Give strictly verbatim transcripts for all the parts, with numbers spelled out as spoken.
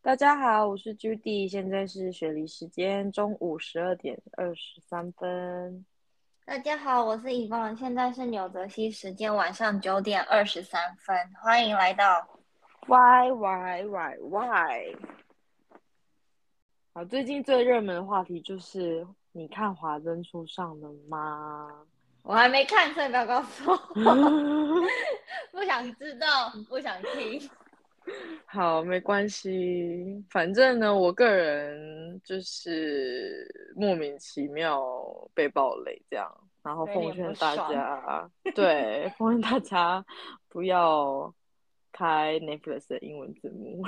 大家好，我是 Judy，现在是雪梨时间中午十二点二十三分。 大家好，我是以von现在是纽泽西时间晚上九点二十三分，欢迎来到 Why why why why？好，最近最热门的话题就是你看华灯初上了吗？ 我还没看，所以不要告诉我，不想知道，不想听。 好，没关系，反正呢，我个人就是莫名其妙被暴雷这样，然后奉有点不劝大爽。 家，对，奉劝大家不要开 Netflix 的英文字幕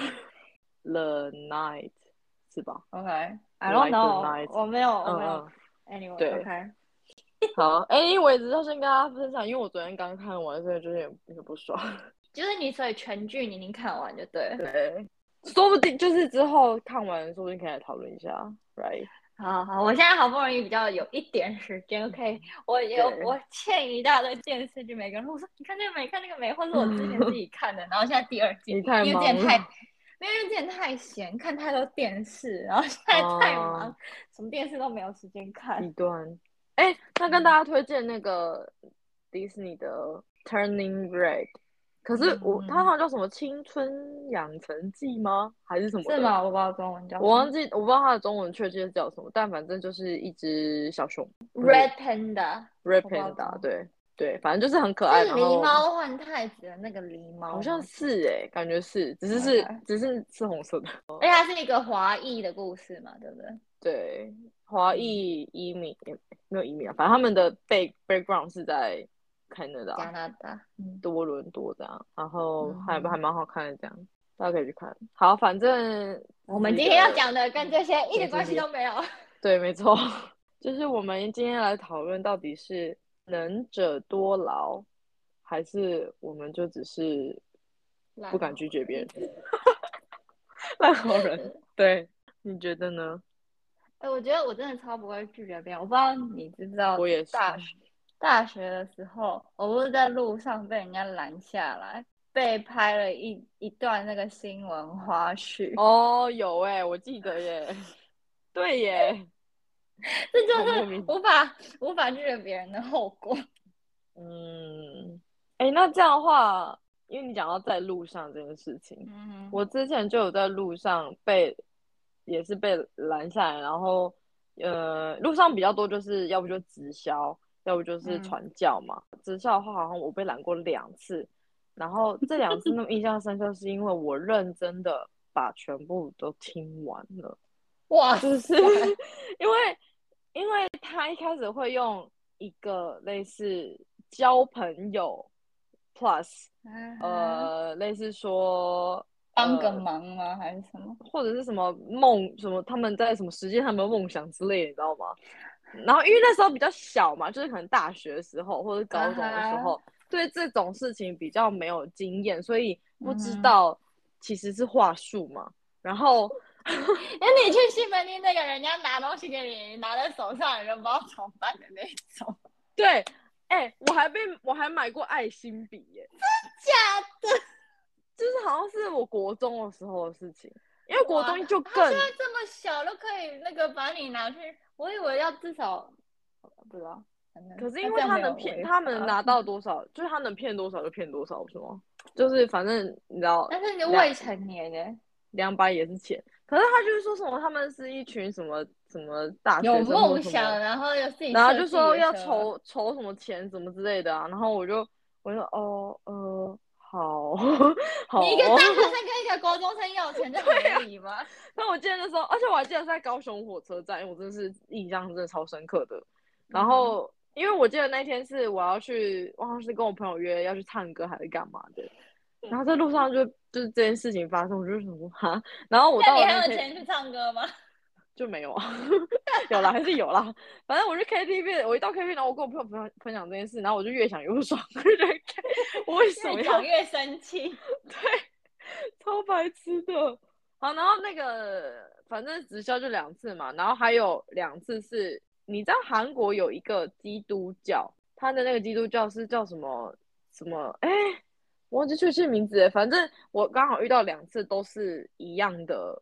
，The Night 是吧 OK，I don't ？Like the know， Night， 我没有，我没有。 嗯嗯，对， Anyway，OK， 好，anyway，只是要先跟大家分享，因为我昨天刚看完，所以就是有点有点不爽。 就是你所以全剧你已经看完就对了。 对，说不定就是之后看完，说不定可以来讨论一下，right？ 好好，我现在好不容易比较有一点时间，OK，我有对， 我欠一大堆电视剧，每个人都说你看那个没看那个没，或是我之前自己看的，然后现在第二季， 你太因为之前太， 忙了因为之前太闲，看太多电视，然后现在太啊， 忙，什么电视都没有时间看。 极端。哎，那跟大嗯家推荐那个迪士尼的《Turning Red》，可嗯是我它好嗯， 像叫什么《青春养成记》吗？还是什么的？ 是吗？我不知道中文叫什么我忘记，我不知道它的中文确切叫什么，但反正就是一只小熊，不是 ，Red Panda， Red 我不知道中 Panda， 文对对，反正就是很可爱， 是狸然后猫换太子的那个狸好像猫吗是哎、感觉是，只是是 ？OK， 只是是红色的。 而且它是一个华裔的故事嘛，对不对？ 对，华嗯。 裔移民也没有移民啊，反正他们的 back background 是在加 Canada 拿大，嗯多伦多这样，然后还还嗯， 蛮好看的，这样大家可以去看。好，反正这我们是一个今天要讲的跟这些一点关系没关系， 都没有。 对，没错，就是我们今天来讨论到底是能者多劳，还是我们就只是不敢烂好拒绝别人， 人， 烂好人。对，你觉得呢？ 哎，我觉得我真的超不会拒绝别人。我不知道你知不知道， 我也是。 大学大学的时候，我不是在路上被人家拦下来，被拍了一一段那个新闻花絮， 哦，有哎、我记得耶，对耶， 这就是好莫名。 无法无法拒绝别人的后果。 嗯，哎，那这样的话，因为你讲到在路上这件事情， 嗯我之前就有在路上被，也是被拦下来，然后呃，路上比较多就是要不就直销，要不就是嗯， 传教嘛。直销的话，好像我被拦过两次，然后这两次那么印象深刻，是因为我认真的把全部都听完了。 哇就是塞， 因为因为他一开始会用一个类似交朋友 plus， 嗯哼， 呃，类似说帮个呃， 忙吗？还是什么？ 或者是什么梦什么他们在什么实现他们的梦想之类的，你知道吗？然后因为那时候比较小嘛，就是可能大学的时候或者啊高中的时哈， 候，对这种事情比较没有经验，所以不知嗯哼。 道其实是话术嘛。然后那你去西门町那个人家拿东西给你拿在手上，人不知道怎么办的那种， 对，哎、欸我还被我还买过爱心笔耶， 假的就是好像是我国中的时候的事情，因为国哇！ 中就他现更， 在这么小都可以那个把你拿去，我以为要至少不知道，反正可是因为他这样没有他能骗，他们违法， 拿到多少，就是他能骗多少就骗多少，是吗？就是反正你知道但是你两未成年的两百也是钱，可是他就是说什么他们是一群什么什么大有学生或梦想， 什么， 然后有自己然后设计就说要的车， 筹筹什么钱什么之类的啊，然后我就我就哦呃好好你一个哦， 大学生跟一个高中生要钱，这合理吗？ 那我记得那时候，而且我还记得是在高雄火车站，因为我真的是印象真的超深刻的。然嗯， 后，因为我记得那天是我要去，我好像是跟我朋友约要去唱歌还是干嘛的。然后在路上就就是这件事情发生，我就想说哈，然后我那你到了那天还有钱去唱歌吗？ 就没有啊，有啦还是有啦。反正我去 K T V，我一到 K T V，然后我跟我朋友分分享这件事，然后我就越想越不爽，我就觉得我为什么要越讲越生气。 对，超白痴的。好，然后那个反正直销就两次嘛，然后还有两次是，你知道韩国有一个基督教，他的那个基督教是叫什么什么？哎，我忘记确切名字了。反正我刚好遇到两次都是一样的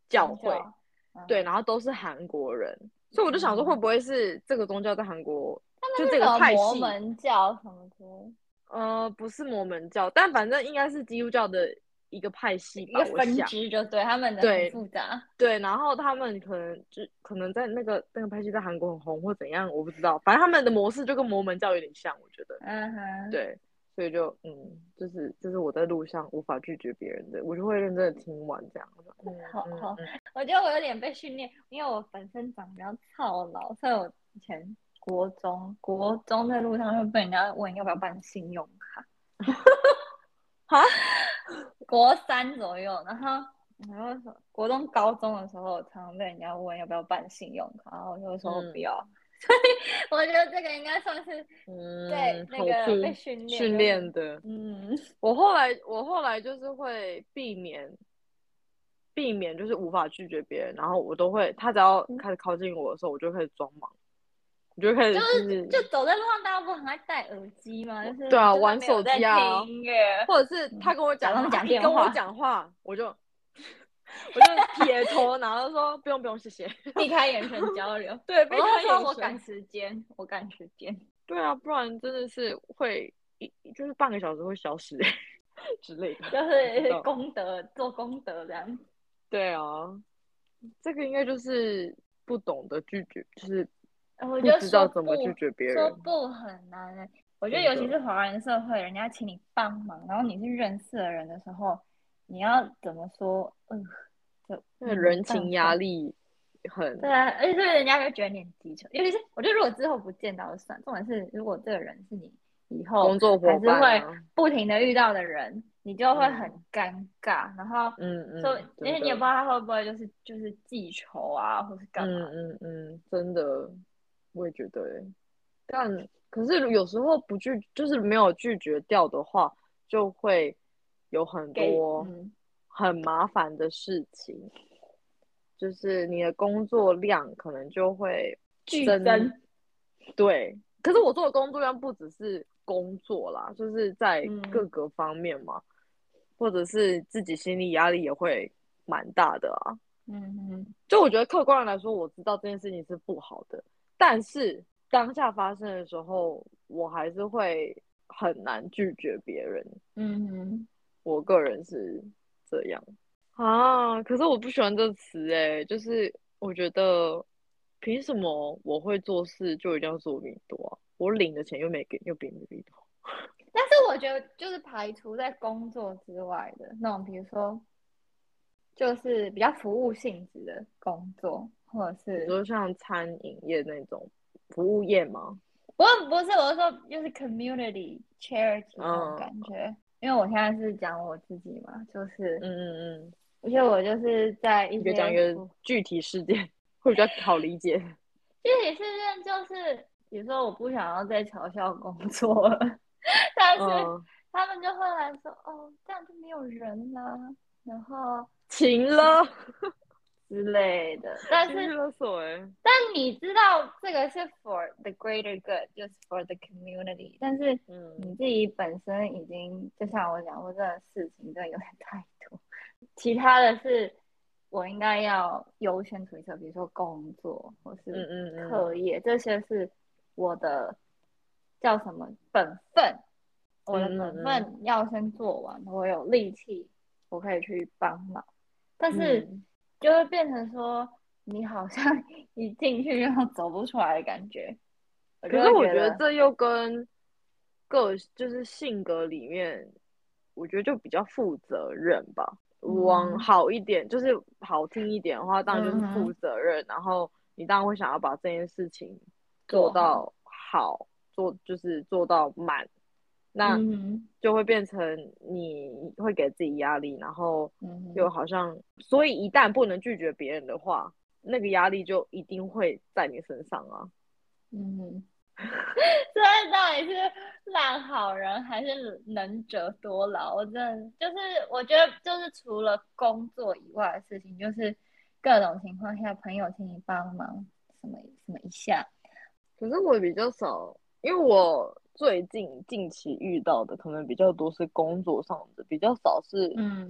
教会， 宗教对， 嗯然后都是韩国人，所以我就想说，会嗯， 不会是这个宗教在韩国他们就这个是什么派系？ 摩门教什么之类呃，不是摩门教，但反正应该是基督教的一个派系吧， 一个分我想。 支就对，他们的很对复杂。 对，然后他们可能就可能在那个那个派系在韩国很红或怎样，我不知道。反正他们的模式就跟摩门教有点像，我觉得。 嗯哼， 对，所以就嗯，就是就是我在路上无法拒绝别人的，我就会认真的听完这样。嗯好好， 嗯嗯， 我觉得我有点被训练，因为我本身长得比较操劳，所以我以前国中国中在路上会被人家问要不要办信用卡， 哈， 国三左右，然后然后说国中高中的时候，常常被人家问要不要办信用卡，然后我就会说不嗯要。所以我觉得这个应该算是被嗯， 那好处个被训练， 训就是练的。 嗯我后来我后来就是会避免避免就是无法拒绝别人，然后我都会他只要开始靠近我的时候，我就开始装忙。我就开就是始就是就走在路上，大家不是很爱戴耳机吗？就是对啊， 就算玩手没有在听机啊， 音乐， 或者是他嗯， 跟我讲话， 假装讲他一跟我电话， 讲话，我就我就撇头，然后说不用不用，谢谢。 避开眼神交流。 对， 我都会避开说我赶眼神。 时间，我赶时间。 对啊，不然真的是会一就是半个小时会消失之类的， 就不知是道。 功德做功德这样。 对啊，这个应该就是不懂得拒绝，就是不我觉得说知道怎么拒不绝别人， 说不很难欸。我觉得真的。 尤其是华人社会，人家请你帮忙，然后你是认识的人的时候，你要怎么说？嗯，就那个你没人情压办法。 力很， 对啊，而且是人家就觉得你很机车，尤其是我觉得如果之后不见到就算，重点是如果这个人是你以后工作伙还是会伴啊， 不停的遇到的人，你就会很嗯尴尬，然后嗯说， 嗯， 因为你也不真的。 知道他会不会就是就是记仇啊，或是干嘛嗯的。 嗯嗯，真的，我也觉得欸。但可是有时候不拒，就是没有拒绝掉的话，就会有很多给嗯很麻烦的事情，就是你的工作量可能就会增。 剧增， 对，可是我做的工作量不只是工作啦，就是在各嗯个方面嘛，或者是自己心理压力也会蛮大的啊。 嗯嗯就我觉得客观的来说，我知道这件事情是不好的，但是当下发生的时候，我还是会很难拒绝别人。 嗯嗯， 我个人是这样啊，可是我不喜欢这词诶，就是我觉得凭什么我会做事就一定要做比你多啊？我领的钱又没给，又比你多。 但是我觉得就是排除在工作之外的那种，比如说就是比较服务性质的工作，或者是你说像餐饮业那种服务业吗？ 不是不是，我是说就是 community charity 那种嗯感觉。因为我现在是讲我自己嘛，就是嗯嗯嗯， 而且我就是在一你可以讲一个些服具体事件，会比较好理解。 具体事件，就是比如说我不想要在嘲笑工作了，但是嗯， 他们就会来说哦，这样就没有人啦，然后晴了， 之类的。但是情绪勒索哎、欸。 但你知道这个是 for the greater good，就是 for the community。但是你嗯自己本身已经，就像我讲过，这个事情真的有点太多。其他的是我应该要优先处理的，比如说工作或嗯是嗯嗯课业，这些是我的叫什么本分。我的嗯本嗯分要先做完，我有力气，我可以去帮忙。但是嗯。 就会变成说，你好像一进去然走不出来的感觉，我就可是我觉得会觉得， 这又跟个就是性格里面，我觉得就比较负责任吧。往嗯好一点，就是好听一点的话，当然就是负嗯， 责任。然后你当然会想要把这件事情做做好， 到好，做就是做到满，那嗯就会变成你会给自己压力，然后又嗯好像，所以一旦不能拒绝别人的话，那个压力就一定会在你身上啊。 嗯，所以到底是烂好人还是能者多劳？我真的就是我觉得就是除了工作以外的事情，就是各种情况下，朋友请你帮忙什么什么一下， 可是我比较少，因为我最近近期遇到的可能比较多是工作上的，比较少是嗯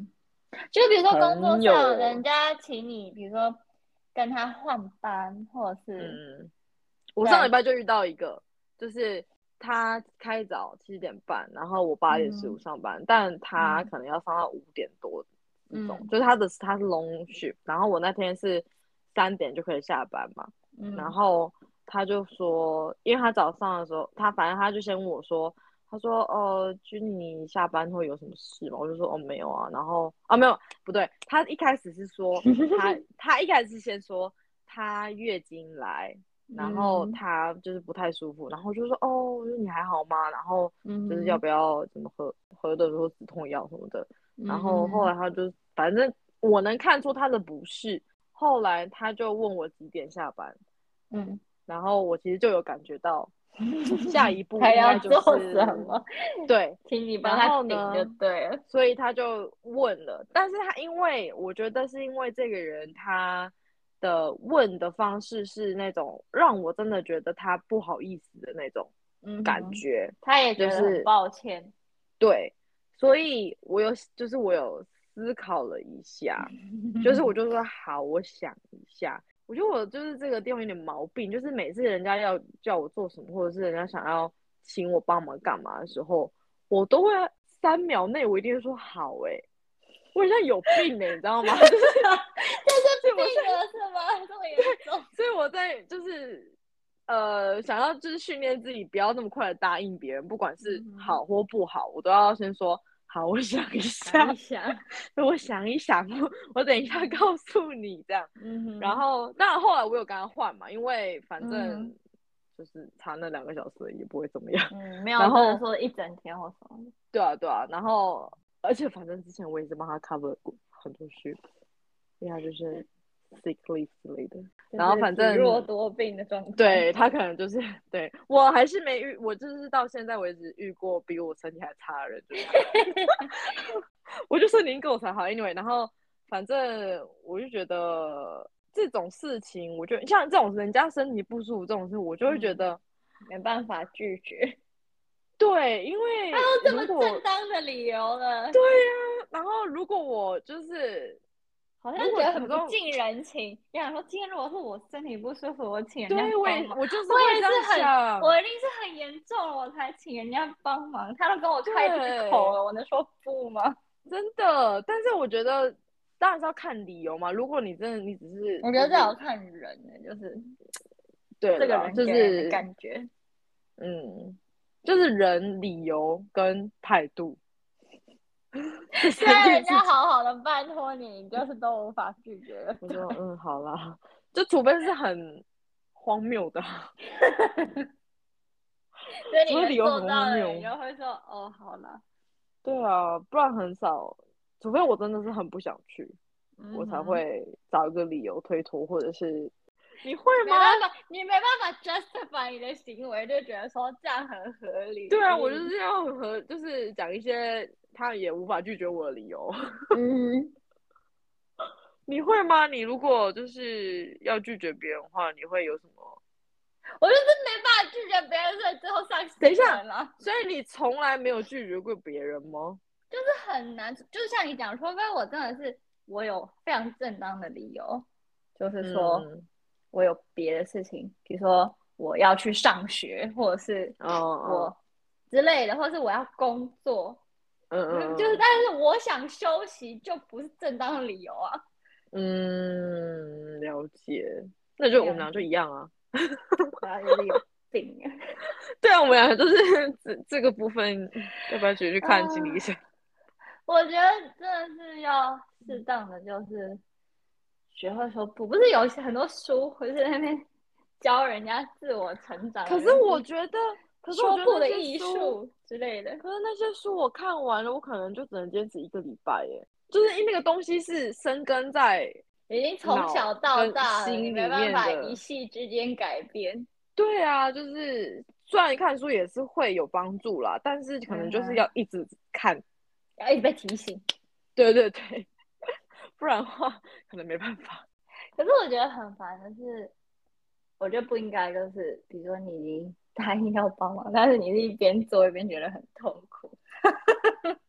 就比如说工作朋友上，人家请你，比如说跟他换班，或者是嗯，我上礼在拜就遇到一个，就是他开早七点半，然后我八点十五嗯上班，但他嗯可能要上到五点多这种， 嗯就是他的他是 long shift，然后我那天是三点就可以下班嘛，然嗯后他就说，因为他早上的时候，他反正他就先问我说，他说，哦，君你下班会有什么事吗？我就说，哦，没有啊。然后啊，没有，不对，他一开始是说他他一开始是先说他月经来，然后嗯他就是不太舒服，然后就说，哦，我说你还好吗？然后就是要嗯不要怎么喝喝的说止痛药什么的。然后后嗯来他就反正我能看出他的不适，后来他就问我几点下班。 嗯， 然后我其实就有感觉到，下一步他应该就要做什是么？ 对， 请你帮然他顶就后呢， 对了。 所以他就问了，但是他因为我觉得是因为这个人他的问的方式是那种让我真的觉得他不好意思的那种感嗯哼， 觉， 他也觉得很就是抱歉。 对，所以我有就是我有思考了一下，就是我就说好，我想一下。我觉得我就是这个地方有点毛病，就是每次人家要叫我做什么，或者是人家想要请我帮忙干嘛的时候，我都会三秒内我一定会说好、欸。哎，我好像有病哎、欸，你知道吗？就是， 这是病了是吗？这么严重？ 所以我在就是呃想要就是训练自己不要那么快的答应别人，不管是嗯好或不好，我都要先说好，我想一哼，想下， 一想。 我想一想，我我等一下告诉你这样。 嗯哼， 然后当然后来我有跟他换嘛，因为反正嗯就是差那两个小时也不会怎么样。 嗯，没有真的然后说一整天或什么的。 对啊对啊，然后而且反正之前我也是帮他 cover 过很多 shift，因为他就是 sick leave 之类的。然后就是体反正弱多病的状态。 对他可能就是对我还是没遇，我就是到现在为止遇过比我身体还差的人，就是他。我就身体够才好，anyway，然后反正我就觉得这种事情，我觉得像这种人家身体不舒服这种事，我就会觉嗯， 得、 没办法拒绝。 对，因他都为这么如果正当的理由了， 对呀、然后如果我就是好像如果觉得有时候很不近人情。你想说，今天如果是我身体不舒服，我请人家对我帮忙， 也我就是我会这样也是很， 想， 我一定是很严重了，我才请人家帮忙。他都跟我开这个口对， 了，我能说不吗？ 真的，但是我觉得当然是要看理由嘛。如果你真的你只是我觉得这要就是看人呢，就是这个对了，就人给人的是感觉。 嗯，就是人、理由跟态度这虽三然人家件事情。 好好的拜托你，你就是都无法拒绝了。 我说嗯，好啦，就除非是很荒谬的， 所以除你能做非理由很荒到的，你谬， 就会说哦，好了。 对啊，不然很少，除非我真的是很不想去，我才嗯哼。 会找一个理由推脱，或者是你会吗？ 没办法，你没办法 justify 你的行为，就觉得说这样很合理。 对啊，我就是要和就是讲一些他也无法拒绝我的理由。 嗯， 你会吗？你如果就是要拒绝别人的话，你会有什么？ 我就是没办法拒绝别人，所以最后上等一下， 新闻了。 所以你从来没有拒绝过别人吗？ 就是很难，就是像你讲，除非我真的是我有非常正当的理由，就是说嗯， 我有别的事情，比如说我要去上学，或者是哦哦， 我之类的，或者是我要工作。 嗯嗯，就是， 嗯但是我想休息，就不是正当的理由啊。 嗯，了解。那就我们俩就这样子， 一样啊。 然后就是有病啊。 对啊，我们两个都是这这个部分，要不要直接去看心理医啊， 生？ 我觉得真的是要适当的，就是学会说不。不是有很多书，或是在那边教人家自我成长的， 可是我就是觉得，可是我说觉得那些不的艺书， 术之类的。 可是那些书我看完了，我可能就只能坚持一个礼拜耶，就是因为那个东西是生根在已经从脑小到跟大了，你心里没办法一面的。 夕之间改变。 对啊，就是虽然看书也是会有帮助啦，但是可能就是嗯哼， 要一直看。 要一直被提醒。 对对对，不然的话可能没办法。 可是我觉得很烦的是，我觉得不应该就是，比如说你已经答应要帮忙，但是你是一边做一边觉得很痛苦。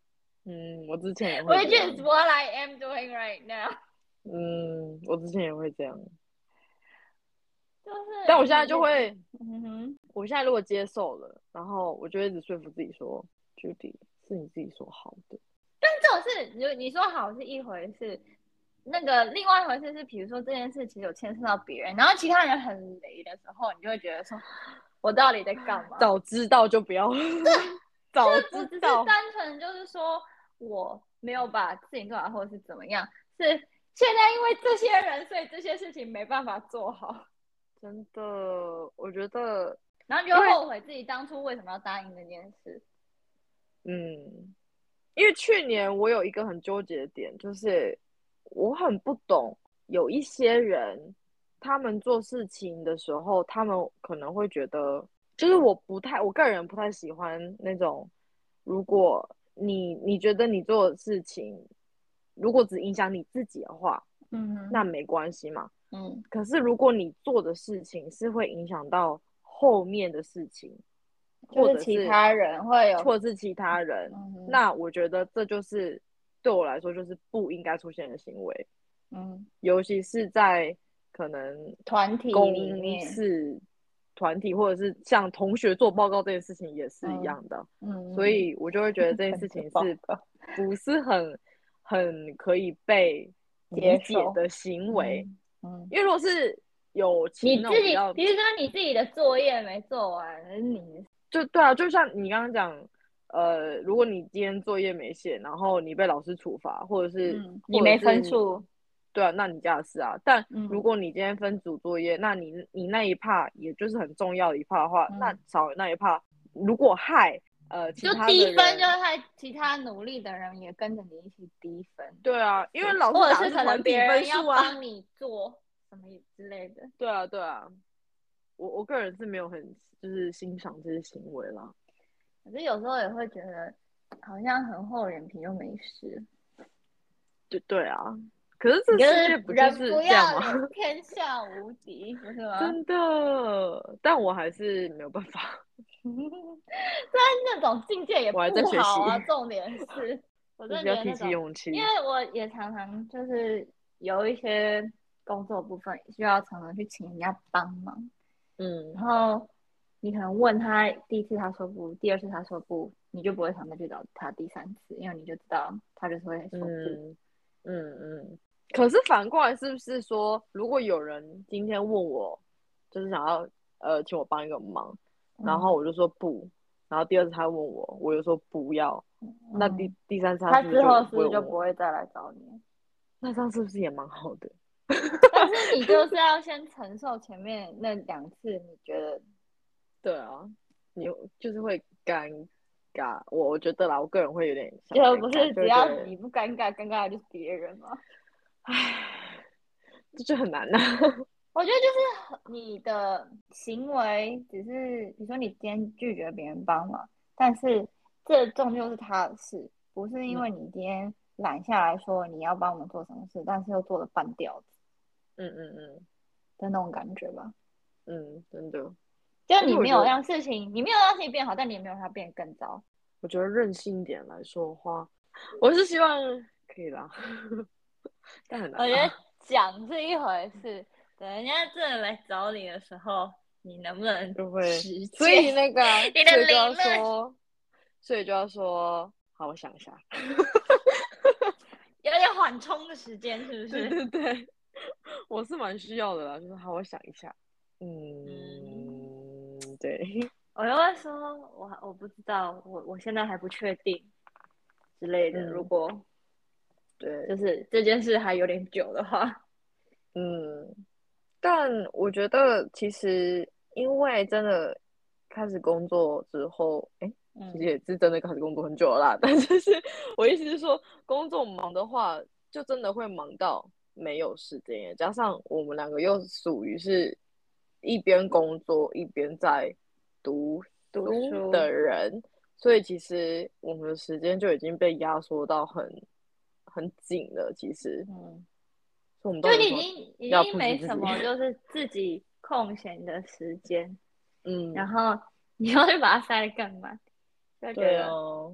嗯，我之前也会这 Which 样。 is what I am doing right now。 嗯，我之前也会这样， 就是但我现在你你就会， 嗯哼， 我现在如果接受了，然后我就一直说服自己说，Judy 是你自己说好的。 但这种事，你你说好是一回事，那个另外一回事是，比如说这件事其实有牵涉到别人，然后其他人很雷的时候，你就会觉得说，我到底在干嘛？ 早知道就不要，早不只是知道， 单纯就是说我没有把事情做好，或者是怎么样，是现在因为这些人，所以这些事情没办法做好， 真的，我觉得， 然后你就后悔自己当初为什么要答应那件事。 嗯，因为去年我有一个很纠结的点，就是我很不懂，有一些人他们做事情的时候，他们可能会觉得，就是我不太，我个人不太喜欢那种，如果你你觉得你做的事情，如果只影响你自己的话， 嗯那没关系嘛。 嗯， 可是如果你做的事情是会影响到后面的事情， 就是其或者是他人会有， 或者是其他人， 嗯那我觉得这就是对我来说就是不应该出现的行为， 嗯， 尤其是在可能团体里公面， 事团体或者是像同学做报告这件事情也是一嗯样的，所嗯， 以我就会觉得这件事情是报告不是很很可以被理接受， 解的行为， 嗯嗯。 因为如果是友情你自己， 那种比较， 比如说你自己的作业没做完，你就对啊，就像你刚刚讲，呃，如果你今天作业没写，然后你被老师处罚，或者是嗯，你或者没是你， 分数， 对啊，那你家的事啊。但如嗯果你今天分组作业，那你你那一 part 也就是很重要的一 part 的话，那嗯， 少了那一 part，如果害呃其就他的低分，就人， 害其他努力的人也跟着你一起低分， 对啊，因为是老师打的是或者是可能团体分别人要数啊， 帮你做什么之类的。 对啊，对啊，我我个人是没有很就是欣赏这些行为啦。 可是有时候也会觉得，好像很厚脸皮就没事， 对对啊，可是你就是这世界不就人不是这样吗？ 要脸，天下无敌，不是吗？ 真的，但我还是没有办法， 虽然那种境界也我还在学习， 不好啊，重点是，我真的就是要提起觉得那种， 勇气。 因为我也常常就是有一些工作部分需要常常去请人家帮忙，然嗯后你可能问他第一次他说不，第二次他说不，你就不会想再去找他第三次，因为你就知道他就是会说不。 嗯嗯嗯。可是反过来，是不是说，如果有人今天问我，就是想要呃请我帮一个忙，然后嗯我就说不，然后第二次他问我，我又说不要，那第嗯， 第三次他他是不是就之后是不是不会问我？ 就不会再来找你？ 那这样是不是也蛮好的？ 但是你就是要先承受前面那两次，你觉得对啊，你就是会尴尬，我我觉得啦，我个人会有点小就尴尬， 不是只就会觉得， 要你不尴尬，尴尬的就是别人吗？ 唉，这就很难呐、 我觉得就是你的行为，只是比如说你今天拒绝别人帮忙，但是这终究是他的事，不是因为嗯你今天揽下来说你要帮我们做什么事，但是又做的半吊子嗯嗯嗯的那种感觉吧。 嗯，真的， 就而且我觉得， 你没有让事情，你没有让事情变好，但你也没有让它变得更糟。 我觉得任性一点来说的话，我是希望可以啦，但很难我觉得啦。 讲是一回事，等人家真的来找你的时候，你能不能就会， 实所以践那个啊你的所以就要理论？ 说，所以就要说，好，我想一下。 有点缓冲的时间，是不对是？ 对对，我是蛮需要的啦，就是好，我想一下。 嗯， 嗯，对， 我就会说，我我不知道，我我现在还不确定之类的。如嗯， 果就对， 是这件事还有点久的话， 嗯，但我觉得其实因为真的开始工作之后，哎，其实嗯也是真的开始工作很久了啦。但就是我意思是说，工作忙的话，就真的会忙到没有时间耶。加上我们两个又属于是一边工作一边在读读书的书， 人，所以其实我们的时间就已经被压缩到很很紧了。其实， 嗯， 所以我们就你已到底有什么经已要经 push 自己？ 没什么，就是自己空闲的时间，然嗯， 后你要去把它塞得更满，就觉对得哦，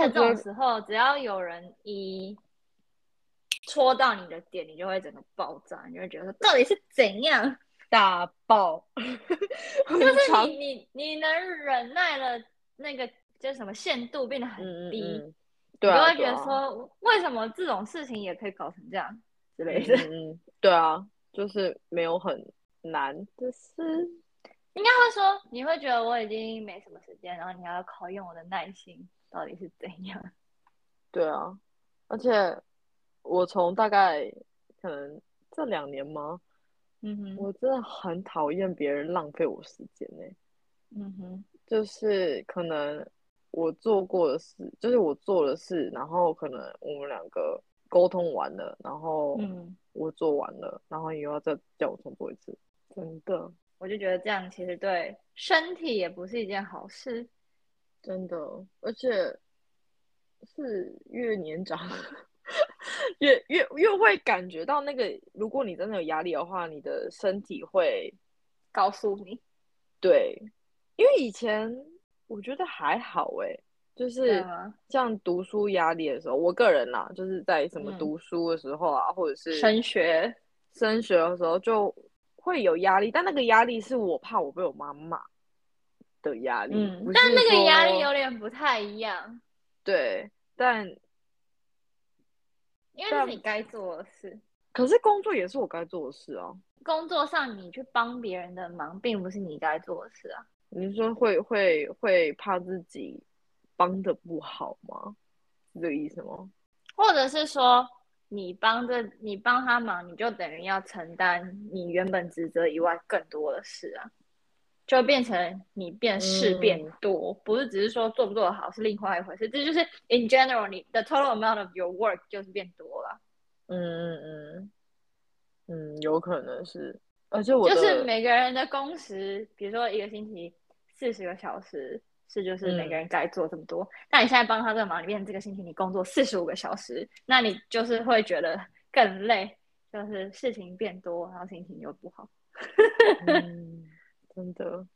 且这种时候，只要有人一戳到你的点，你就会整个爆炸，你就会觉得说到底是怎样大爆， 就是你你你能忍耐了那个就是什么限度变得很低， 嗯嗯嗯对啊， 你就会觉得说、啊、为什么这种事情也可以搞成这样之类的。 嗯嗯，对啊，就是没有很难的事。 应该会说你会觉得我已经没什么时间，然后你还要考验我的耐心到底是怎样。 对啊，而且我从大概可能这两年吗， 嗯哼， 我真的很讨厌别人浪费我时间呢、欸。 嗯哼， 就是可能我做过的事，就是我做的事，然后可能我们两个沟通完了，然后嗯， 我做完了，然后你又要再叫我重做一次，真的， 我就觉得这样其实对身体也不是一件好事。 真的，而且是越年长越越越会感觉到那个，如果你真的有压力的话，你的身体会告诉你， 对，因为以前我觉得还好诶，就是对吗？ 像读书压力的时候，我个人啦，就是在什么嗯， 读书的时候啊，或者是升学， 升学的时候，就会有压力，但那个压力是我怕我被我妈骂的压力， 嗯，但不是那个压力说有点不太一样， 对，但因为这是你但该做的事。 可是工作也是我该做的事啊。 工作上你去帮别人的忙，并不是你该做的事啊。 你说会会会怕自己帮的不好吗？是这个意思吗？ 或者是说，你帮着你帮他忙，你就等于要承担你原本职责以外更多的事啊，就变成你变事变嗯多，不是只是说做不做得好是另外一回事，这就是 in general 你的 total amount of your work 就是变多了。 嗯嗯嗯嗯，有可能是，而且我就是的每个人的工时，比如说一个星期四十个小时，是就是每个嗯人该做这么多。那你现在帮他这个忙，你变成这个星期你工作四十五个小时，那你就是会觉得更累，就是事情变多，然后心情又不好。 嗯，真的，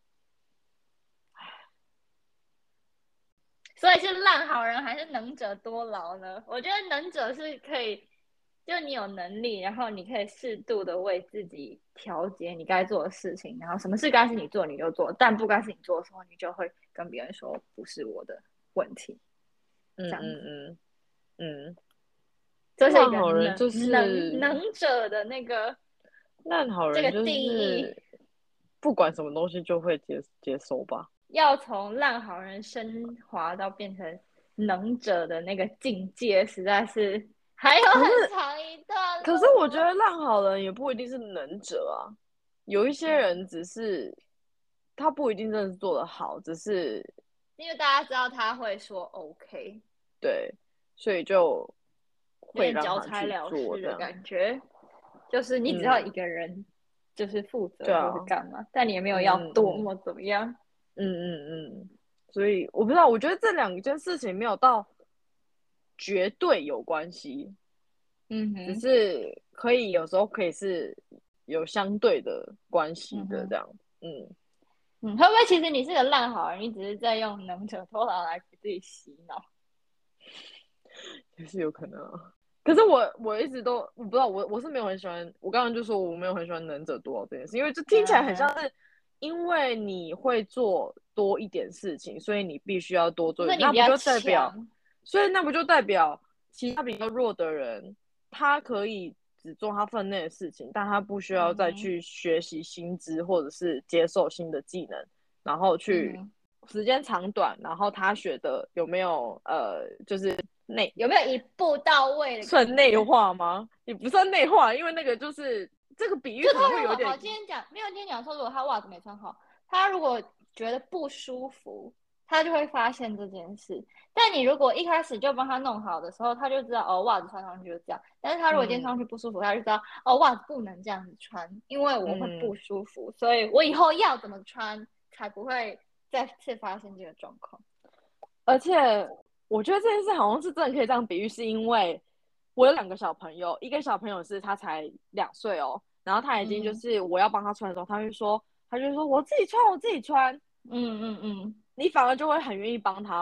所以是烂好人还是能者多劳呢？我觉得能者是可以，就你有能力，然后你可以适度的为自己调节你该做的事情，然后什么事该是你做你就做，但不该是你做的时候，你就会跟别人说不是我的问题， 嗯这样子， 嗯嗯嗯， 这是一个烂好人就能能是能者的那个烂好人就这个定义， 是不管什么东西就会接接收吧。 要从烂好人升华到变成能者的那个境界，实在是还有可是很长一段可是我觉路。 得烂好人也不一定是能者啊，有一些嗯， 人只是他不一定真的是做得好，只是因为大家知道他会说 OK， 对，所以就有点会让交差他去了事的做这样。 感觉，就是你只要一嗯， 个人就是负责或是对啊， 干嘛，但你也没有要嗯嗯嗯多么怎么样。 嗯嗯嗯，所以我不知道，我觉得这两件事情没有到绝对有关系，只嗯哼， 是可以有时候可以是有相对的关系嗯哼， 的这样。嗯， 嗯，会不会其实你是个烂好人，你只是在用能者多劳来给自己洗脑？ 也是有可能啊。可是我我一直都我不知道，我我是没有很喜欢，我刚刚就说我没有很喜欢能者多劳这件事，因为这听起来很像嗯哼， 是因为你会做多一点事情，所以你必须要多做， 就是你比较那不就代表， 强， 所以那不就代表其他比较弱的人，他可以只做他分内的事情，但他不需要再嗯哼， 去学习新知或者是接受新的技能，然后去嗯哼， 时间长短，然后他学的有没有呃，就是内有没有一步到位的算内感觉？ 化吗？也不算内化，因为那个就是这个比喻就可能会有点， 他如果好，今天讲没有今天讲说，如果他袜子没穿好，他如果觉得不舒服，他就会发现这件事。但你如果一开始就帮他弄好的时候，他就知道哦，袜子穿上去就这样。但是他如果今天穿上嗯去不舒服，他就知道哦，袜子不能这样子穿，因为我会不嗯， 舒服，所以我以后要怎么穿才不会再次发生这个状况。 而且我觉得这件事好像是真的可以这样比喻，是因为我有两个小朋友，一个小朋友是他才两岁哦，然后他已经就嗯是我要帮他穿的时候，他会说，他就说我自己穿，我自己穿， 嗯嗯嗯你反而就会很愿意帮他嘛。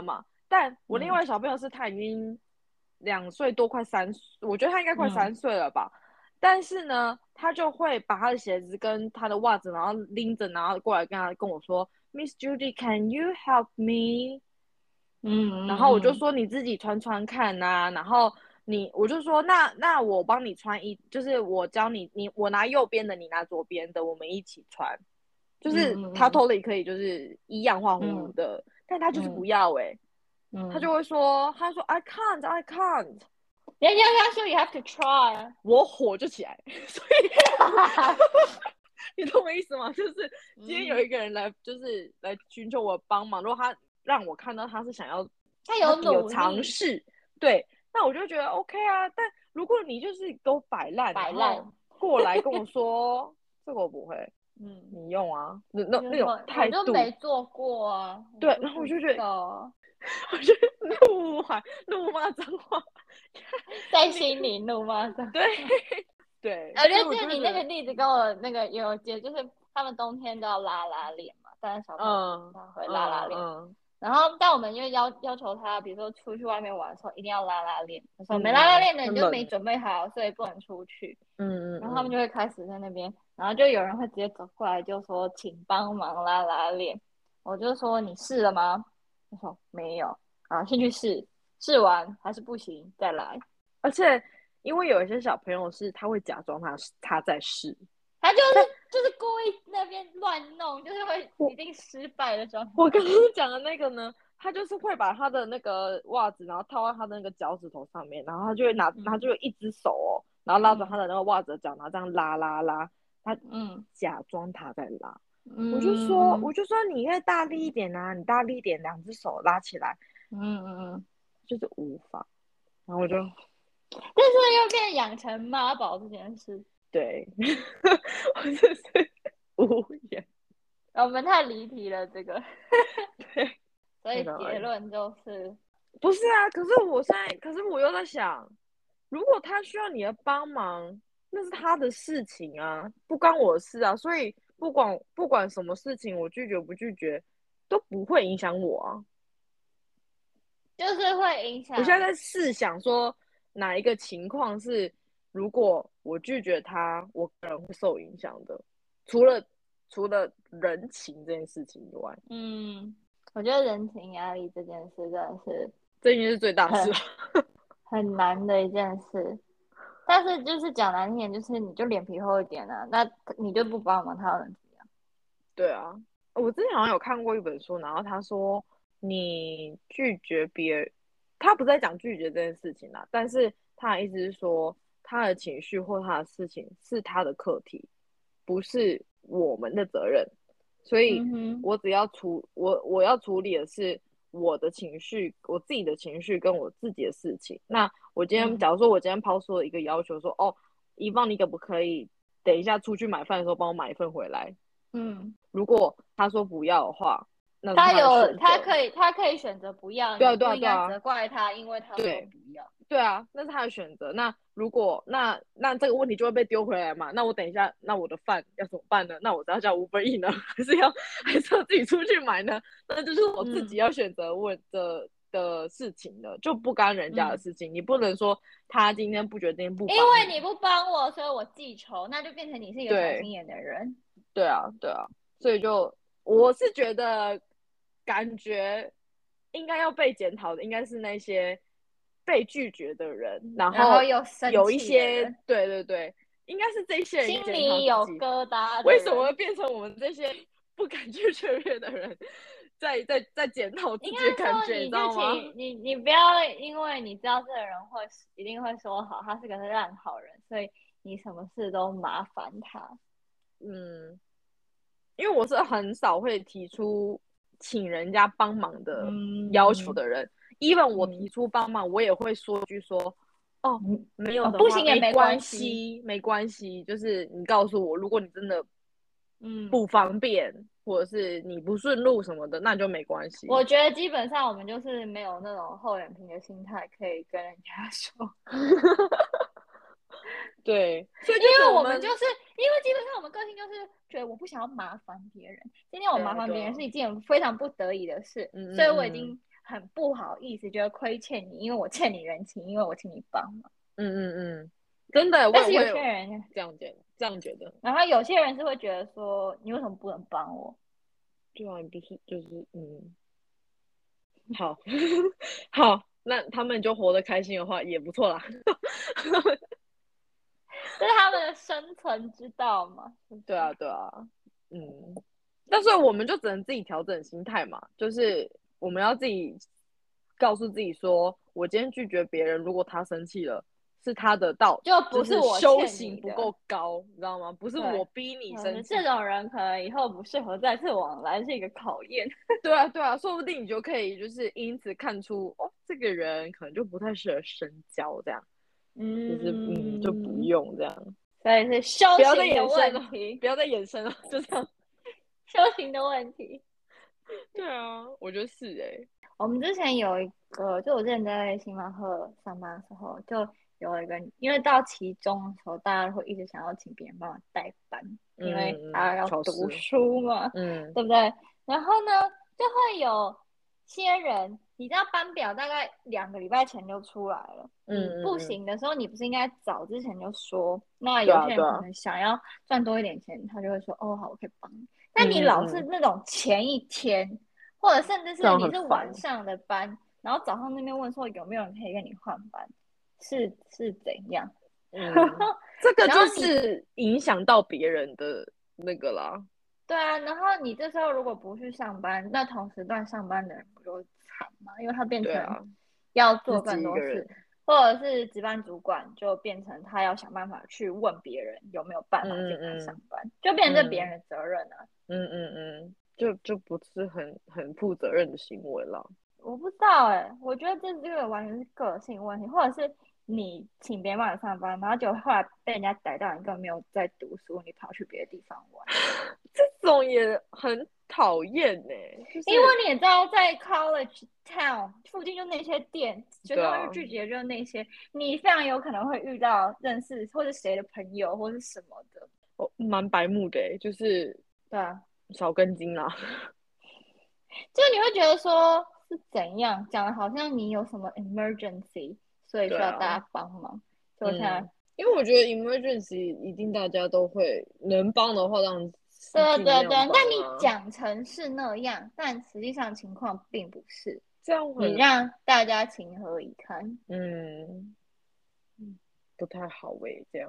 但我另外的小朋友是他已经两岁多，快三岁，我觉得他应该快三岁了吧。嗯、但是呢，他就会把他的鞋子跟他的袜子，然后拎着，然后过来跟他跟我说 ，Miss Judy，Can you help me？ 嗯， 然后我就说你自己穿穿看啊，然后你我就说那那我帮你穿一，就是我教你，你我拿右边的，你拿左边的，我们一起穿。就是他 totally 可以就是一样画葫芦的，嗯、但他就是不要哎、欸，嗯、他就会说，他说 I can't, I can't。 人家要说 you have to try， 我火就起来，所以你懂我意思吗？就是今天有一个人来，就是来寻求我帮忙，如果他让我看到他是想要， 他有努力有尝试，对，那我就觉得 OK 啊。但如果你就是给我摆烂， 摆烂过来跟我说这个我不会。嗯，你用啊，那那那种态度， 我就没做过啊。 对，然后我就觉得，我就怒喊怒骂脏话， 在心里怒骂脏话。 对对， 我觉得就是你那个例子跟我那个也有接，就是他们冬天都要拉拉链嘛，但是小朋友他会拉拉链。嗯嗯、然后，但我们因为要要求他，比如说出去外面玩的时候，一定要拉拉链。他说、嗯、没拉拉链的你就没准备好，所以不能出去。嗯嗯。然后他们就会开始在那边，然后就有人会直接走过来就说：“请帮忙拉拉链。”我就说：“你试了吗？”他说：“没有。”啊，先去试，试完还是不行再来。 而且因为有一些小朋友是他会假装他他在试。 他就是就是故意那边乱弄，就是会一定失败的状态。 我刚刚讲的那个呢，他就是会把他的那个袜子，然后套在他的那个脚趾头上面，然后他就会拿，嗯、他就会一只手哦，然后拉着他的那个袜子的脚，然后这样拉拉拉，他嗯假装他在拉。嗯、我就说，我就说你应该大力一点啊，你大力一点，两只手拉起来。嗯嗯嗯，就是无法。然后我就， 但是又变养成妈宝这件事。 对，我真是无言。 我们太离题了，这个。 对， 所以结论就是， 不是啊？可是我现在，可是我又在想，如果他需要你的帮忙，那是他的事情啊，不关我的事啊。所以不管不管什么事情，我拒绝不拒绝都不会影响我啊。 就是会影响。 我现在在试想说，哪一个情况是？如果我拒绝他，我个人会受影响的。除了除了人情这件事情以外， 嗯，我觉得人情压力这件事真的是， 这应该是最大事很，很难的一件事。但是就是讲难听点，就是你就脸皮厚一点啊，那你就不帮忙，他能怎么样？ 对啊，我之前好像有看过一本书，然后他说你拒绝别人，他不是在讲拒绝这件事情啦，但是他的意思是说。他的情绪或他的事情是他的课题，不是我们的责任，所以我只要处我我要处理的是我的情绪，我自己的情绪跟我自己的事情。那我今天、嗯、假如说我今天抛出了一个要求说，哦，怡芳你可不可以等一下出去买饭的时候帮我买一份回来？嗯，如果他说不要的话，那他有他可以他可以选择不要， 对啊对啊对啊，责怪他，因为他说不要。 对啊，那是他的选择。那如果那那这个问题就会被丢回来嘛？那我等一下，那我的饭要怎么办呢？那我只要叫 Uber Eats 呢，还是要还是要自己出去买呢？那就是我自己要选择问的、嗯、的事情了，就不干人家的事情。嗯、你不能说他今天不决定不帮你， 因为你不帮我，所以我记仇，那就变成你是一个小心眼的人。 对, 对啊，对啊，所以就我是觉得，感觉应该要被检讨的，应该是那些。被拒绝的人，然后有, 然后有, 有一些，对对对，应该是这些人心里有疙瘩， 为什么会变成我们这些不敢拒绝别人的人，在在在检讨自己的感觉，你知道吗？ 你你不要因为你知道这个人会一定会说好，他是个烂好人，所以你什么事都麻烦他。 嗯，因为我是很少会提出请人家帮忙的要求的人。嗯even 我提出帮忙，嗯、我也会说句说，哦，没有的话、 哦、不行也没关系，没关系，就是你告诉我，如果你真的嗯不方便，嗯、或者是你不顺路什么的，那就没关系。 我觉得基本上我们就是没有那种厚脸皮的心态，可以跟人家说。 对， 所以因为我们就是因为基本上我们个性就是觉得我不想要麻烦别人，今天我麻烦别人是一件非常不得已的事，嗯、所以我已经。 很不好意思，觉得亏欠你，因为我欠你人情，因为我请你帮忙。 嗯嗯嗯，真的，我但是有也些人这样觉得，这样觉得。 然后有些人是会觉得说，你为什么不能帮我？ 对啊，你不是就是嗯，好好，那他们就活得开心的话也不错啦。 这是他们的生存之道嘛？ 对啊，对啊，嗯，但是我们就只能自己调整心态嘛，就是我们要自己告诉自己说，我今天拒绝别人，如果他生气了，是他的道， 就不就是我修欠你的。 行不够高，你知道吗？不是对， 我逼你生气。 这种人可能以后不适合再次往来，是一个考验。 对啊，对啊，说不定你就可以就是因此看出，哦，这个人可能就不太适合深交，这样，就是嗯，就不嗯， 用这样， 所以是修不要再行的衍生了， 问题， 不要再衍生了，就这样。 修行的问题。 对啊，我觉得是哎、欸， 我们之前有一个，就我之前在星巴克上班的时候，就有一个，因为到期中的时候，大家会一直想要请别人帮我代班， 嗯因为大嗯， 家要考读试， 书嘛， 嗯对不对？然后呢，就会有些人，你知道班表大概两个礼拜前就出来了， 嗯你不嗯嗯， 行的时候，你不是应该早之前就说？那对有些人可啊对啊， 能想要赚多一点钱，他就会说，哦，好，我可以帮你。但嗯你老是嗯嗯， 那种前一天。或者甚至这样是你是很烦。 晚上的班，然后早上那边问说有没有人可以跟你换班，是是怎样？ 嗯，这个就然后你是影响到别人的那个啦。 对啊，然后你这时候如果不去上班，那同时段上班的人不就会惨吗？因为他变成对啊， 要做自己更多事， 一个人。 或者是值班主管就变成他要想办法去问别人有没有办嗯法进来上嗯班，就变成这别嗯人的责任啊。 嗯嗯嗯，就就不是很很负责任的行为了。 我不知道哎、欸我觉得这这个完全是个性问题，或者是你请别人帮你上班，然后就后来被人家逮到，你根本没有在读书，你跑去别的地方玩。 这种也很讨厌呢，就是因为你也知道，在 college town 附近就那些店，学生会去对啊， 聚集的就是那些，你非常有可能会遇到认识或者谁的朋友或是什么的。 我蛮白目的欸，就是对啊， 少根筋啦。 就你会觉得说是怎样讲的，好像你有什么 emergency，所以需要对啊， 大家帮忙。所以我现在嗯，因为我觉得 emergency 一定大家都会能帮的话，当然是对对对， 尽量帮但你啊， 讲成是那样，但实际上情况并不是。 这样很你让大家情何以堪？ 嗯不太好诶，这样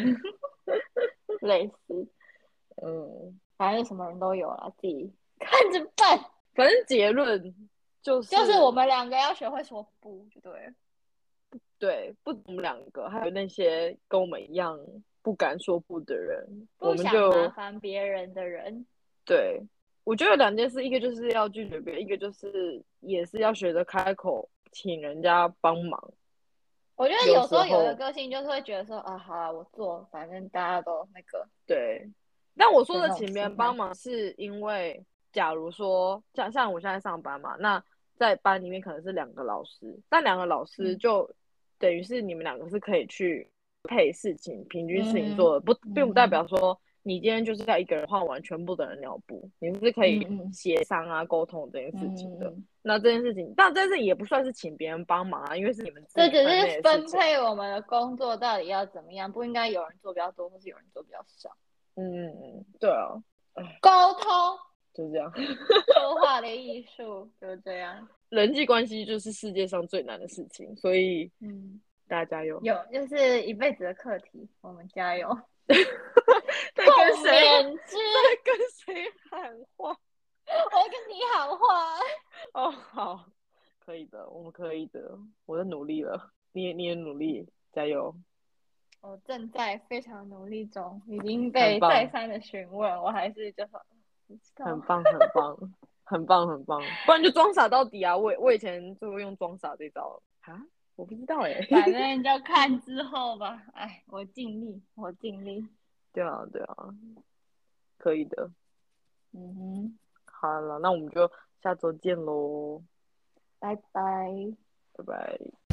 类似， 嗯， 反正什么人都有啦，自己看着办。 反正结论就就是我是们两个要学会说不，就对了。 对，不止我们两个，还有那些跟我们一样不敢说不的人，我不想麻们就烦别人的人， 对，我觉得两件事，一个就是要拒绝别人，一个就是也是要学着开口请人家帮忙。 我觉得有有时候有的时候个性就是会觉得说啊，好啊，我做，反正大家都那个对，但我说的那种的请别人心态。 帮忙，是因为假如说像像我现在上班嘛，那在班里面可能是两个老师，那两个老师嗯就等于是你们两个是可以去配事情，平均事情嗯做的，不并不代嗯表说你今天就是要一个人换完全部的人尿布，你们是可以嗯协商啊、沟通这件嗯事情的。 嗯嗯， 那这件事情，但这件事情也不算是请别人帮忙啊，因为是你们自这只己分内是的事情。 分配我们的工作到底要怎么样，不应该有人做比较多，或是有人做比较少。 嗯嗯，对啊， 沟通就这样。 说话的艺术就是这样。 人际关系就是世界上最难的事情，所以嗯， 大家加油。 有就是一辈子的课题，我们加油。 在跟共谁？ 勉之， 在跟谁喊话？ 我会跟你喊话。 哦，好，可以的，我们可以的，我在努力了，你也你也努力，加油。 我正在非常努力中，已经被很棒再三的询问，我还是就说不知道。 很棒，很棒，很棒，很棒。不然就装傻到底啊！我我以前就会用装傻这招啊，我不知道哎、欸。 反正就看之后吧。哎，我尽力，我尽力。 对啊，对啊，可以的。 嗯哼， 好了，那我们就下周见喽， 拜拜。 拜拜。